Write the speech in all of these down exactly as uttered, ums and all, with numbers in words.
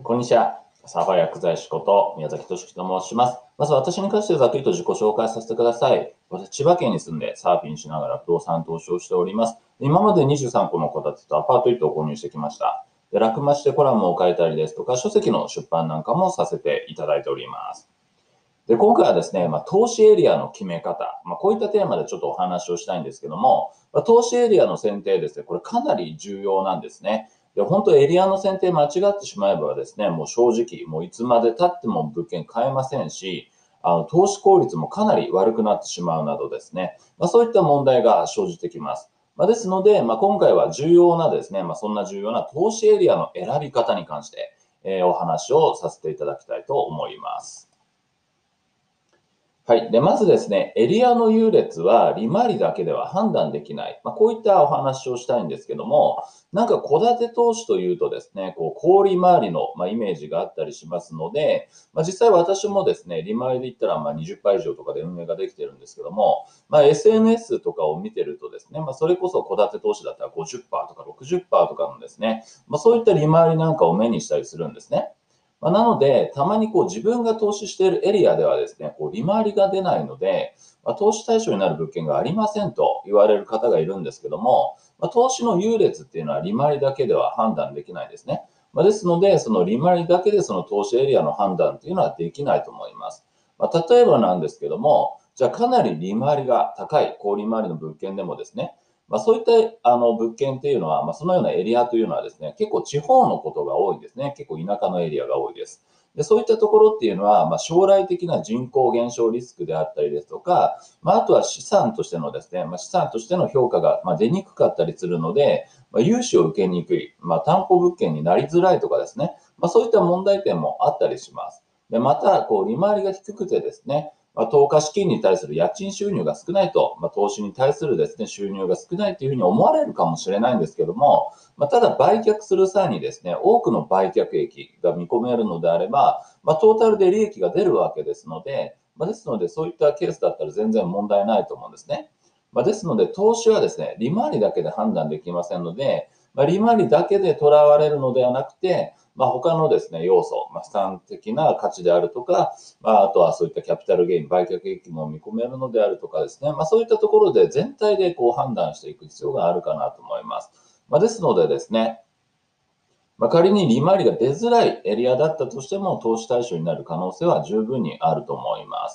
こんにちは。サーファー薬剤師こと宮崎俊樹と申します。まず私に関してざっくりと自己紹介させてください。私、千葉県に住んでサーフィンしながら不動産投資をしております。今までにじゅうさんこの戸建てとアパートいっ棟を購入してきました。で、楽町でコラムを書いたりですとか、書籍の出版なんかもさせていただいております。で、今回はですね、まあ、投資エリアの決め方、まあ、こういったテーマでちょっとお話をしたいんですけども、まあ、投資エリアの選定ですね、これかなり重要なんですね。で、本当エリアの選定間違ってしまえばですね、もう正直、もういつまで経っても物件買えませんし、あの投資効率もかなり悪くなってしまうなどですね、まあ、そういった問題が生じてきます。まあ、ですので、まあ、今回は重要なですね、まあ、そんな重要な投資エリアの選び方に関して、えー、お話をさせていただきたいと思います。はい。で、まずですね、エリアの優劣は利回りだけでは判断できない。まあ、こういったお話をしたいんですけども、なんか戸建て投資というとですね、こう、高利回りの、まあ、イメージがあったりしますので、まあ、実際私もですね、利回りで言ったらまあにじゅっパーセント以上とかで運営ができてるんですけども、まあ、エスエヌエス とかを見てるとですね、まあ、それこそ戸建て投資だったらごじゅっパーセントとかろくじゅっパーセントとかのですね、まあ、そういった利回りなんかを目にしたりするんですね。まあ、なので、たまにこう自分が投資しているエリアではですね、こう利回りが出ないので、まあ、投資対象になる物件がありませんと言われる方がいるんですけども、まあ、投資の優劣っていうのは利回りだけでは判断できないですね。まあ、ですので、その利回りだけでその投資エリアの判断っていうのはできないと思います。まあ、例えばなんですけども、じゃあかなり利回りが高い、高利回りの物件でもですね、まあ、そういったあの物件っていうのは、まあ、そのようなエリアというのはですね、結構地方のことが多いんですね。結構田舎のエリアが多いです。でそういったところっていうのは、まあ、将来的な人口減少リスクであったりですとか、まあ、あとは資産としてのですね、まあ、資産としての評価がまあ出にくかったりするので、まあ、融資を受けにくい、まあ、担保物件になりづらいとかですね、まあ、そういった問題点もあったりします。でまた、こう利回りが低くてですね、まあ、投下資金に対する家賃収入が少ないと、まあ、投資に対するですね、収入が少ないというふうに思われるかもしれないんですけども、まあ、ただ売却する際にですね、多くの売却益が見込めるのであれば、まあ、トータルで利益が出るわけですので、まあ、ですので、そういったケースだったら全然問題ないと思うんですね。まあ、ですので、投資はですね、利回りだけで判断できませんので、まあ、利回りだけでとらわれるのではなくて、まあ、他のですね、要素、まあ、資産的な価値であるとか、まあ、あとはそういったキャピタルゲイン、売却益も見込めるのであるとかですね、まあ、そういったところで全体でこう判断していく必要があるかなと思います。まあ、ですのでですね、まあ、仮に利回りが出づらいエリアだったとしても、投資対象になる可能性は十分にあると思います。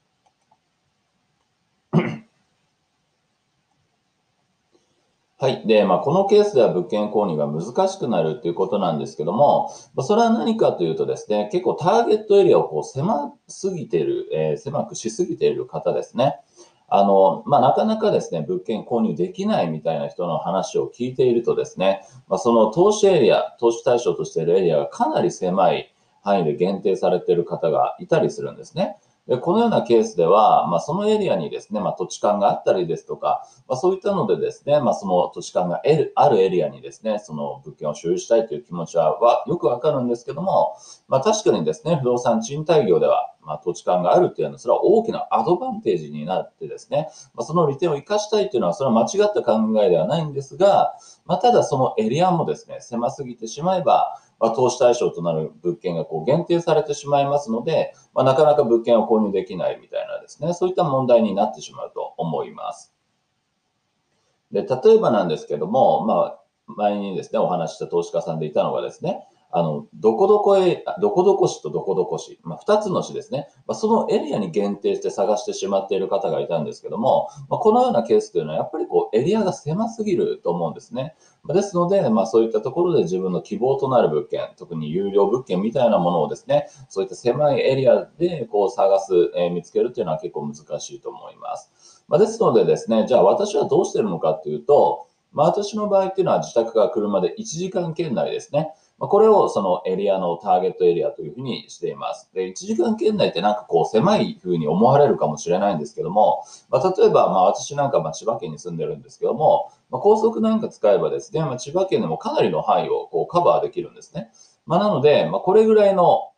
はい。で、まあ、このケースでは物件購入が難しくなるということなんですけども、まあ、それは何かというとですね、結構ターゲットエリアをこう狭すぎている、えー狭くしすぎている方ですね。あの、まあ、なかなかですね、物件購入できないみたいな人の話を聞いているとですね、まあ、その投資エリア、投資対象としているエリアがかなり狭い範囲で限定されている方がいたりするんですね。でこのようなケースでは、まあ、そのエリアにですね、まあ、土地勘があったりですとか、まあ、そういったのでですね、まあ、その土地勘があるエリアにですね、その物件を所有したいという気持ちははよくわかるんですけども、まあ、確かにですね、不動産賃貸業では、まあ、土地勘があるというのは、それは大きなアドバンテージになってですね、まあ、その利点を生かしたいというのは、それは間違った考えではないんですが、まあ、ただそのエリアもですね、狭すぎてしまえば、まあ、投資対象となる物件がこう限定されてしまいますので、まあ、なかなか物件を購入できないみたいなですね、そういった問題になってしまうと思います。で、例えばなんですけども、まあ、前にですね、お話しした投資家さんでいたのがですね、あの、どこどこへ、どこどこ市とどこどこ市、まあ、ふたつの市ですね、まあ、そのエリアに限定して探してしまっている方がいたんですけども、まあ、このようなケースというのは、やっぱりこう、エリアが狭すぎると思うんですね。まあ、ですので、まあ、そういったところで自分の希望となる物件、特に有料物件みたいなものをですね、そういった狭いエリアでこう探す、えー見つけるというのは結構難しいと思います。まあ、ですのでですね、じゃあ私はどうしてるのかというと、まあ、私の場合っていうのは自宅から車でいちじかん圏内ですね。まあ、これをそのエリアのターゲットエリアというふうにしています。で、いちじかん圏内ってなんかこう狭いふうに思われるかもしれないんですけども、まあ、例えばまあ私なんかまあ千葉県に住んでるんですけども、まあ、高速なんか使えばですね、まあ、千葉県でもかなりの範囲をこうカバーできるんですね。まあ、なので、まあ、これぐらいの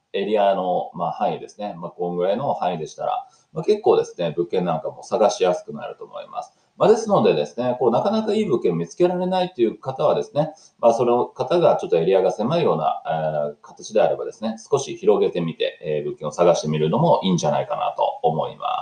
エリアの、まあ、範囲ですね。まあ、こんぐらいの範囲でしたら、まあ、結構ですね、物件なんかも探しやすくなると思います。まあ、ですのでですね、こう、なかなかいい物件を見つけられないという方はですね、まあ、その方がちょっとエリアが狭いような、えー形であればですね、少し広げてみて、えー物件を探してみるのもいいんじゃないかなと思います。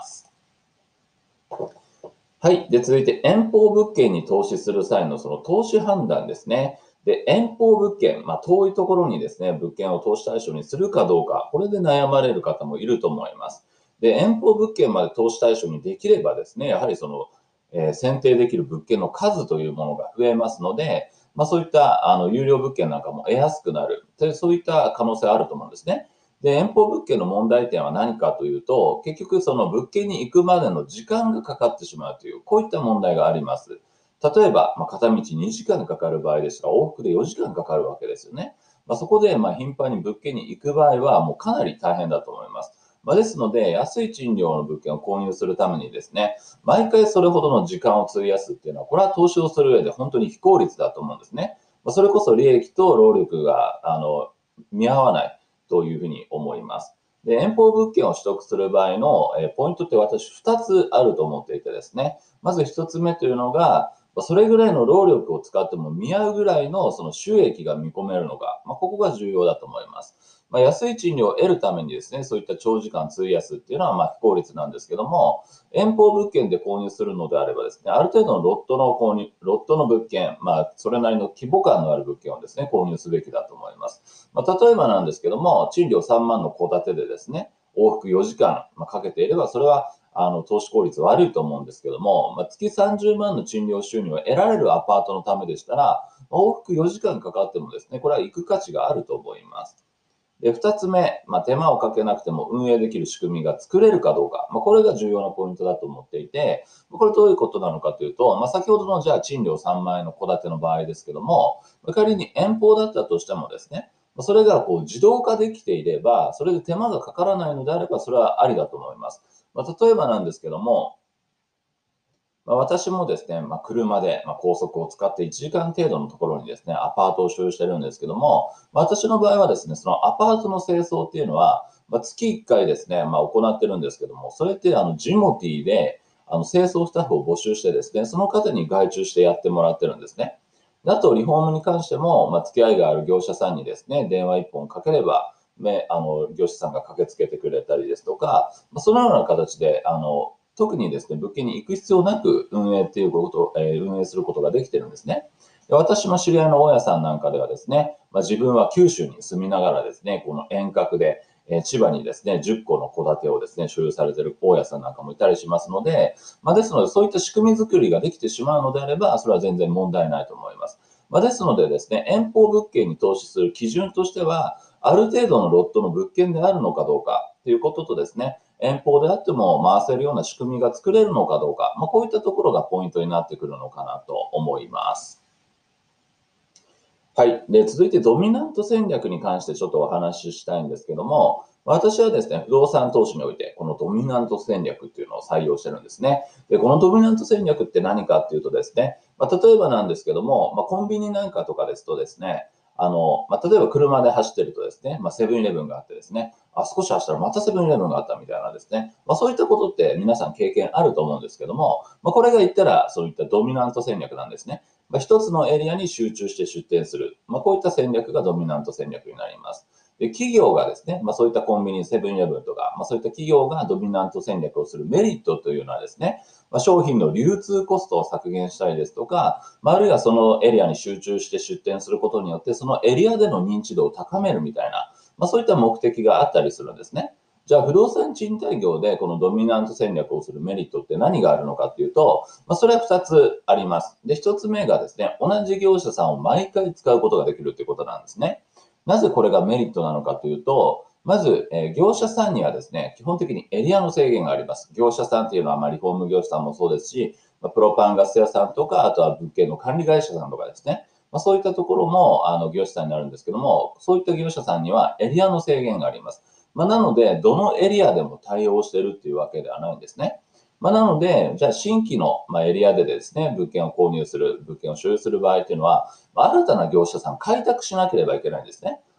はい。で、続いて、遠方物件に投資する際のその投資判断ですね。で、遠方物件、まあ、遠いところにですね、物件を投資対象にするかどうか、これで悩まれる方もいると思います。で、遠方物件まで投資対象にできればですね、やはりその、えー選定できる物件の数というものが増えますので、まあ、そういったあの有料物件なんかも得やすくなるで、そういった可能性あると思うんですね。で、遠方物件の問題点は何かというと、結局その物件に行くまでの時間がかかってしまうという、こういった問題があります。例えば、まあ、片道にじかんかかる場合でしたら、往復でよじかんかかるわけですよね。まあ、そこで、まあ、頻繁に物件に行く場合は、もうかなり大変だと思います。まあ、ですので、安い賃料の物件を購入するためにですね、毎回それほどの時間を費やすっていうのは、これは投資をする上で本当に非効率だと思うんですね。まあ、それこそ利益と労力が、あの、見合わないというふうに思います。で、遠方物件を取得する場合の、えーポイントって私ふたつあると思っていてですね、まずひとつめというのが、それぐらいの労力を使っても見合うぐらいのその収益が見込めるのか、まあ、ここが重要だと思います。まあ、安い賃料を得るためにですね、そういった長時間費やすっていうのはまあ非効率なんですけども、遠方物件で購入するのであればですね、ある程度のロットの購入、ロットの物件、まあ、それなりの規模感のある物件をですね、購入すべきだと思います。まあ、例えばなんですけども、賃料さんまんの戸建てでですね、往復よじかんかけていれば、それはあの投資効率悪いと思うんですけども、まあ、月さんじゅうまんの賃料収入を得られるアパートのためでしたら、往復よじかんかかってもですね、これは行く価値があると思います。で、二つ目、まあ、手間をかけなくても運営できる仕組みが作れるかどうか。まあ、これが重要なポイントだと思っていて、これどういうことなのかというと、まあ、先ほどのじゃあ賃料さんまん円の戸建ての場合ですけども、仮に遠方だったとしてもですね、それがこう自動化できていれば、それで手間がかからないのであれば、それはありだと思います。まあ、例えばなんですけども、まあ、私もですね、まあ、車で、まあ、高速を使っていちじかん程度のところにですね、アパートを所有してるんですけども、まあ、私の場合はですね、そのアパートの清掃っていうのは、まあ、月いっかいですね、まあ、行ってるんですけども、それってあのジモティーであの清掃スタッフを募集してですね、その方に外注してやってもらってるんですね。であと、リフォームに関しても、まあ、付き合いがある業者さんにですね、電話いっぽんかければ、ね、あの業者さんが駆けつけてくれたりですとか、まあ、そのような形で、あの特にですね、物件に行く必要なく運営っていうこと、えー運営することができてるんですね。で私も知り合いの大家さんなんかではですね、まあ、自分は九州に住みながらですね、この遠隔で、えー千葉にですね、じゅっこの戸建てをですね、所有されている大家さんなんかもいたりしますので、まあ、ですので、そういった仕組み作りができてしまうのであれば、それは全然問題ないと思います。まあ、ですのでですね、遠方物件に投資する基準としては、ある程度のロットの物件であるのかどうかということとですね、遠方であっても回せるような仕組みが作れるのかどうか、まあ、こういったところがポイントになってくるのかなと思います。はい。で、続いてドミナント戦略に関してちょっとお話ししたいんですけども、私はですね、不動産投資において、このドミナント戦略っていうのを採用してるんですね。で、このドミナント戦略って何かっていうとですね、まあ、例えばなんですけども、まあ、コンビニなんかとかですとですね、あの、まあ、例えば車で走ってるとですね、まあ、セブンイレブンがあってですね、あ、少し走ったらまたセブンイレブンがあったみたいなですね、まあ、そういったことって皆さん経験あると思うんですけども、まあ、これが言ったらそういったドミナント戦略なんですね。まあ、一つのエリアに集中して出店する。まあ、こういった戦略がドミナント戦略になります。で企業がですね、まあ、そういったコンビニ、セブンイレブンとか、まあ、そういった企業がドミナント戦略をするメリットというのはですね、まあ、商品の流通コストを削減したりですとか、まあ、あるいはそのエリアに集中して出店することによって、そのエリアでの認知度を高めるみたいな、まあ、そういった目的があったりするんですね。じゃあ、不動産賃貸業でこのドミナント戦略をするメリットって何があるのかっていうと、まあ、それはふたつあります。で、ひとつめがですね、同じ業者さんを毎回使うことができるっていうことなんですね。なぜこれがメリットなのかというと、まず、えー業者さんにはですね、基本的にエリアの制限があります。業者さんっていうのは、まあ、リフォーム業者さんもそうですし、まあ、プロパンガス屋さんとか、あとは物件の管理会社さんとかですね、まあ、そういったところもあの業者さんになるんですけども、そういった業者さんにはエリアの制限があります。まあ、なので、どのエリアでも対応しているっていうわけではないんですね。まあ、なので、じゃあ新規の、まあ、エリアでですね、物件を購入する、物件を所有する場合っていうのは、まあ新たな業者さん開拓しなければいけないんですね。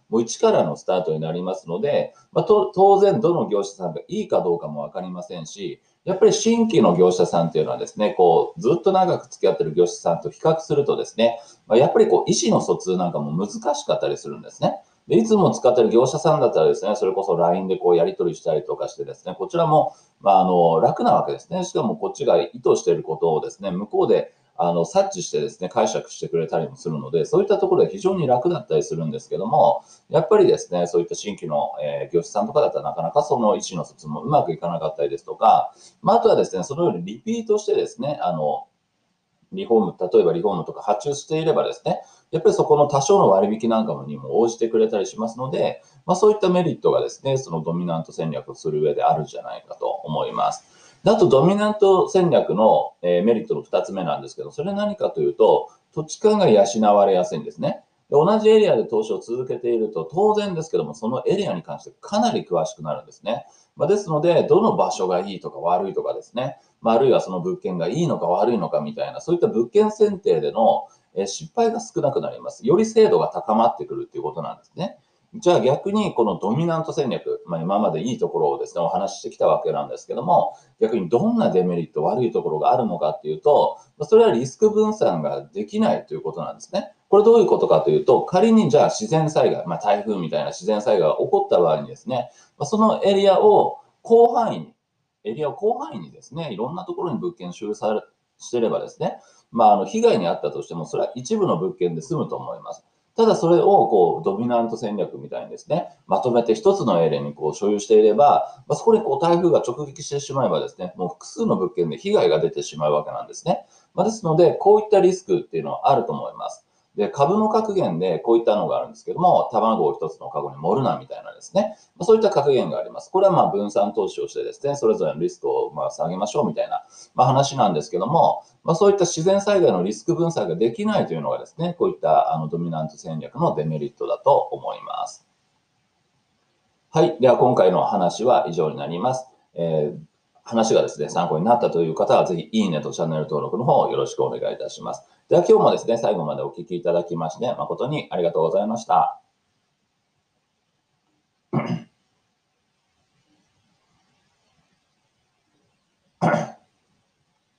もう一からのスタートになりますので、まあ、と当然どの業者さんがいいかどうかもわかりませんし、やっぱり新規の業者さんっていうのはですね、こう、ずっと長く付き合ってる業者さんと比較するとですね、まあ、やっぱりこう、意思の疎通なんかも難しかったりするんですね。で、いつも使ってる業者さんだったらですね、それこそ ライン でこうやり取りしたりとかしてですね、こちらも、まあ、あの、楽なわけですね。しかもこっちが意図していることをですね、向こうであの察知してですね、解釈してくれたりもするので、そういったところで非常に楽だったりするんですけども、やっぱりですね、そういった新規の、えー業者さんとかだったらなかなかその意思の疎通もうまくいかなかったりですとか、まあ、あとはですね、そのようにリピートしてですね、あの、リフォーム、例えばリフォームとか発注していればですね、やっぱりそこの多少の割引なんかにも応じてくれたりしますので、まあ、そういったメリットがですね、そのドミナント戦略をする上であるんじゃないかと思います。であと、ドミナント戦略の、えーメリットのふたつめなんですけど、それは何かというと、土地勘が養われやすいんですね。で同じエリアで投資を続けていると、当然ですけども、そのエリアに関してかなり詳しくなるんですね。まあ、ですので、どの場所がいいとか悪いとかですね、まあ、あるいはその物件がいいのか悪いのかみたいな、そういった物件選定でのえー失敗が少なくなります。より精度が高まってくるっていうことなんですね。じゃあ逆にこのドミナント戦略、まあ、今までいいところをですね、お話ししてきたわけなんですけども、逆にどんなデメリット、悪いところがあるのかっていうと、それはリスク分散ができないということなんですね。これどういうことかというと、仮にじゃあ自然災害、まあ、台風みたいな自然災害が起こった場合にですね、そのエリアを広範囲に、エリアを広範囲にですね、いろんなところに物件所有されしてればですね、まあ、あの被害に遭ったとしても、それは一部の物件で済むと思います。ただそれをこうドミナント戦略みたいにですね、まとめて一つのエリアにこう所有していれば、まあ、そこにこう台風が直撃してしまえばですね、もう複数の物件で被害が出てしまうわけなんですね。まあ、ですので、こういったリスクっていうのはあると思います。で、株の格言でこういったのがあるんですけども、卵を一つのカゴに盛るなみたいなですね、まあ、そういった格言があります。これはまあ分散投資をしてですね、それぞれのリスクをまあ下げましょうみたいな、まあ、話なんですけども、まあ、そういった自然災害のリスク分散ができないというのがですね、こういったあのドミナント戦略のデメリットだと思います。はい。では今回の話は以上になります。えー話がですね、参考になったという方は、ぜひいいねとチャンネル登録の方をよろしくお願いいたします。では今日もですね、最後までお聞きいただきまして、誠にありがとうございました。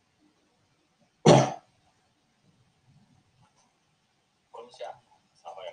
こんにちは。